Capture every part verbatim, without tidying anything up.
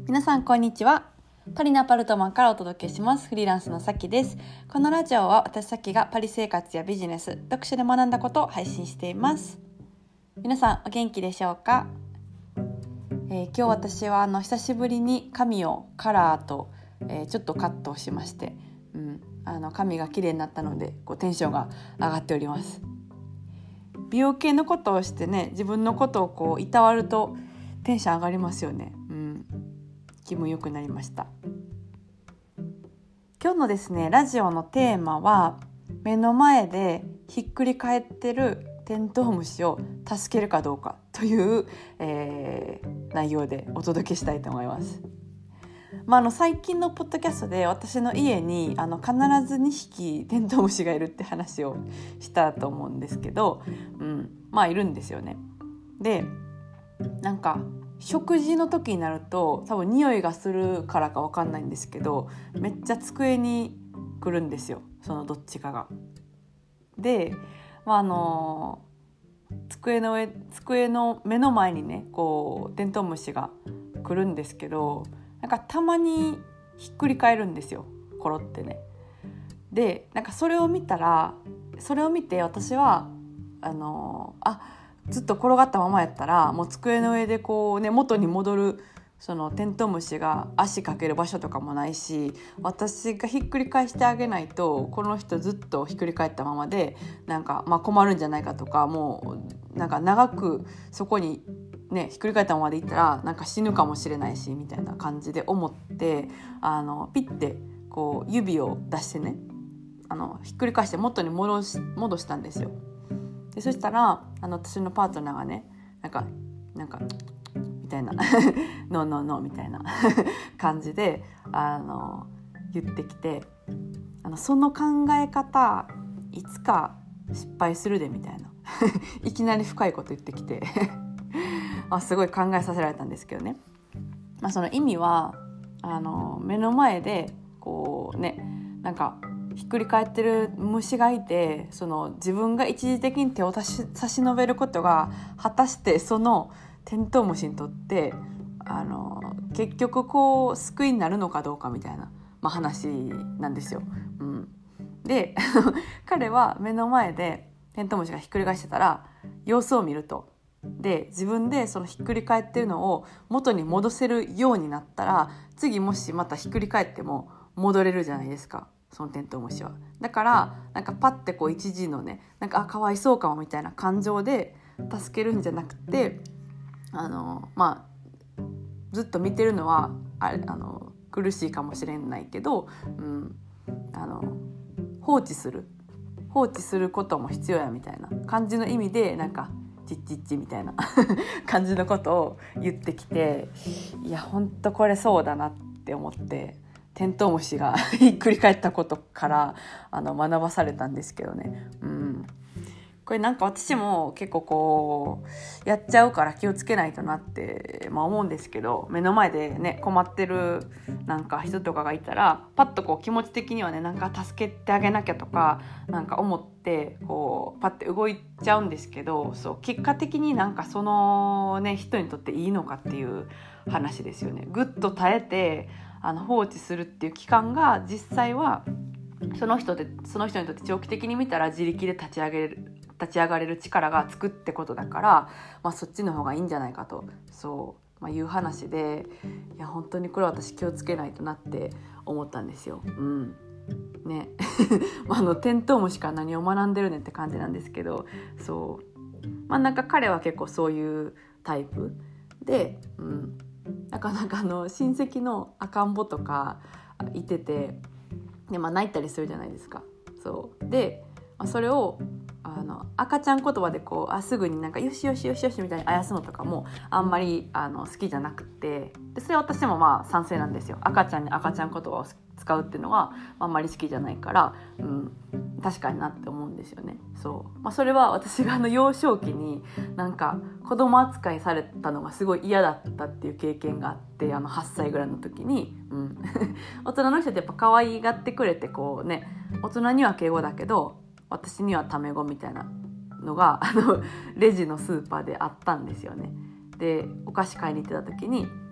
皆さんこんにちは。パリのアパルトマンからお届けします。フリーランスのさきです。このラジオは私さきがパリ生活やビジネス、読書で学んだことを配信しています。皆さんお元気でしょうか？えー、今日私はあの久しぶりに髪をカラーと、えー、ちょっとカットをしまして、うん、あの髪が綺麗になったのでこうテンションが上がっております。美容系のことをしてね、自分のことをこういたわるとテンション上がりますよね。うん、気分良くなりました。今日のですねラジオのテーマは、目の前でひっくり返ってるテントウムシを助けるかどうかという、えー、内容でお届けしたいと思います。まあ、あの最近のポッドキャストで私の家にあの必ずにひきテントウムシがいるって話をしたと思うんですけど、うん、まあいるんですよね。で、なんか食事の時になると多分匂いがするからか分かんないんですけど、めっちゃ机に来るんですよ、そのどっちかが。で、まああの机の上机の目の前にねこうテントウムシが来るんですけど、なんかたまにひっくり返るんですよ、コロってね。で、なんかそれを見たらそれを見て私はあのあずっと転がったままやったらもう机の上でこうね元に戻るそのテントウムシが足かける場所とかもないし、私がひっくり返してあげないとこの人ずっとひっくり返ったままでなんかまあ困るんじゃないかとか、もうなんか長くそこにねひっくり返ったままでいったらなんか死ぬかもしれないしみたいな感じで思って、あのピッてこう指を出してね、あのひっくり返して元に戻し、戻したんですよ。でそしたらあの私のパートナーがねなんかなんかみたいなノーノーノーみたいな感じであの言ってきて、あのその考え方いつか失敗するでみたいないきなり深いこと言ってきてあすごい考えさせられたんですけどね。まあ、その意味はあの目の前でこうねなんかひっくり返ってる虫がいて、その自分が一時的に手を差し、差し伸べることが果たしてそのテントウムシにとってあの結局こう救いになるのかどうかみたいな、まあ、話なんですよ。うん、で彼は目の前でテントウムシがひっくり返してたら様子を見ると。で自分でそのひっくり返ってるのを元に戻せるようになったら、次もしまたひっくり返っても戻れるじゃないですか、そのテントウムシは。だからなんかパッてこう一時のねなんかあかわいそうかもみたいな感情で助けるんじゃなくて、あのまあずっと見てるのはあれあの苦しいかもしれないけど、うん、あの放置する放置することも必要やみたいな感じの意味でなんかチッチッチみたいな感じのことを言ってきて、いやほんとこれそうだなって思って、テントウムシがひっくり返ったことからあの学ばされたんですけどね。うん、これなんか私も結構こうやっちゃうから気をつけないとなって、まあ、思うんですけど、目の前でね困ってるなんか人とかがいたらパッとこう気持ち的にはねなんか助けてあげなきゃとかなんか思ってこうパッて動いちゃうんですけど、そう結果的になんかそのね人にとっていいのかっていう話ですよね。ぐっと耐えてあの放置するっていう期間が実際はその人でその人にとって長期的に見たら自力で立ち上げる立ち上がれる力がつくってことだから、まあ、そっちの方がいいんじゃないかとそう、まあ、いう話で、いや本当にこれ私気をつけないとなって思ったんですよ。うんねあのテントウムシから何を学んでるねって感じなんですけど、そうまあなんか彼は結構そういうタイプで、うん、なかなかあの親戚の赤ん坊とかいててで、まあ、泣いたりするじゃないですか。そうで、まあ、それをあの赤ちゃん言葉でこうあすぐになんかよしよしよしよしみたいにあやすのとかもあんまりあの好きじゃなくて、でそれは私もまあ賛成なんですよ。赤ちゃんに赤ちゃん言葉を使うっていうのはあんまり好きじゃないから、うん、確かになって思うんですよね。そう、まあ、それは私があの幼少期になんか子供扱いされたのがすごい嫌だったっていう経験があって、あのはっさいぐらいの時に、うん、大人の人ってやっぱ可愛がってくれてこうね、大人には敬語だけど私にはタメ語みたいなのがあのレジのスーパーであったんですよね。でお菓子買いに行ってた時に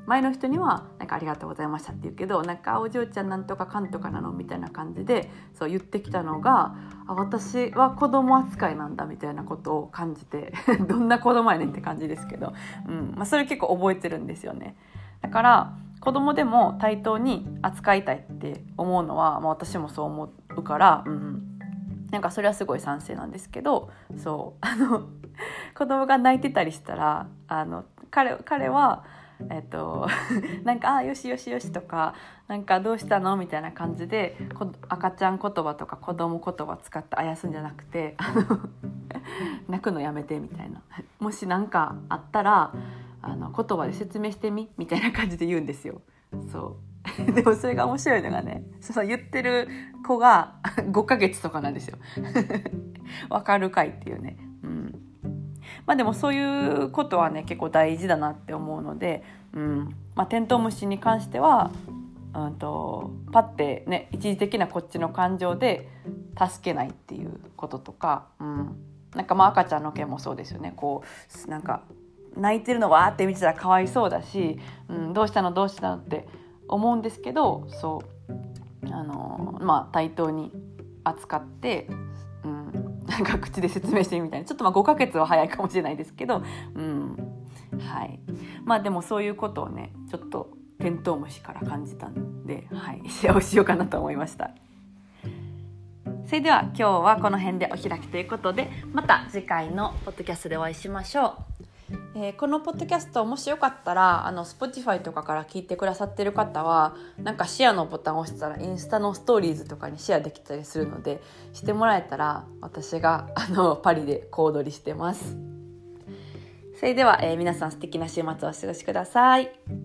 前の人にはなんかありがとうございましたって言うけど、なんかお嬢ちゃんなんとかかんとかなのみたいな感じでそう言ってきたのが、あ私は子供扱いなんだみたいなことを感じてどんな子供やねんって感じですけど、うんまあ、それ結構覚えてるんですよね。だから子供でも対等に扱いたいって思うのは、まあ、私もそう思うから、うん、なんかそれはすごい賛成なんですけど、そうあの子供が泣いてたりしたらあの 彼, 彼はえっとなんかあよしよしよしとかなんかどうしたのみたいな感じで赤ちゃん言葉とか子供言葉使ってあやすんじゃなくてあの泣くのやめてみたいな、もし何かあったらあの言葉で説明してみみたいな感じで言うんですよ。そうでもそれが面白いのがね、そう言ってる子がごかげつとかなんですよわかるかいっていうね、うんまあでもそういうことはね結構大事だなって思うので、うんまあ、テントウムシに関しては、うんと、パッてね一時的なこっちの感情で助けないっていうこととか、うん、なんかまあ赤ちゃんの件もそうですよね。こうなんか泣いてるのわーって見てたらかわいそうだし、うん、どうしたのどうしたのって思うんですけど、そうあのまあ対等に扱ってうんなんか口で説明してみたいな、ちょっとまあごかげつは早いかもしれないですけど、うんはい、まあでもそういうことをねちょっとテントウムシから感じたんで、はい、シェアをしようかなと思いました。それでは今日はこの辺でお開きということで、また次回のポッドキャストでお会いしましょう。えー、このポッドキャストもしよかったらあの Spotify とかから聞いてくださってる方はなんかシェアのボタンを押したらインスタのストーリーズとかにシェアできたりするのでしてもらえたら私があのパリで小躍りしてます。それでは、えー、皆さん素敵な週末をお過ごしください。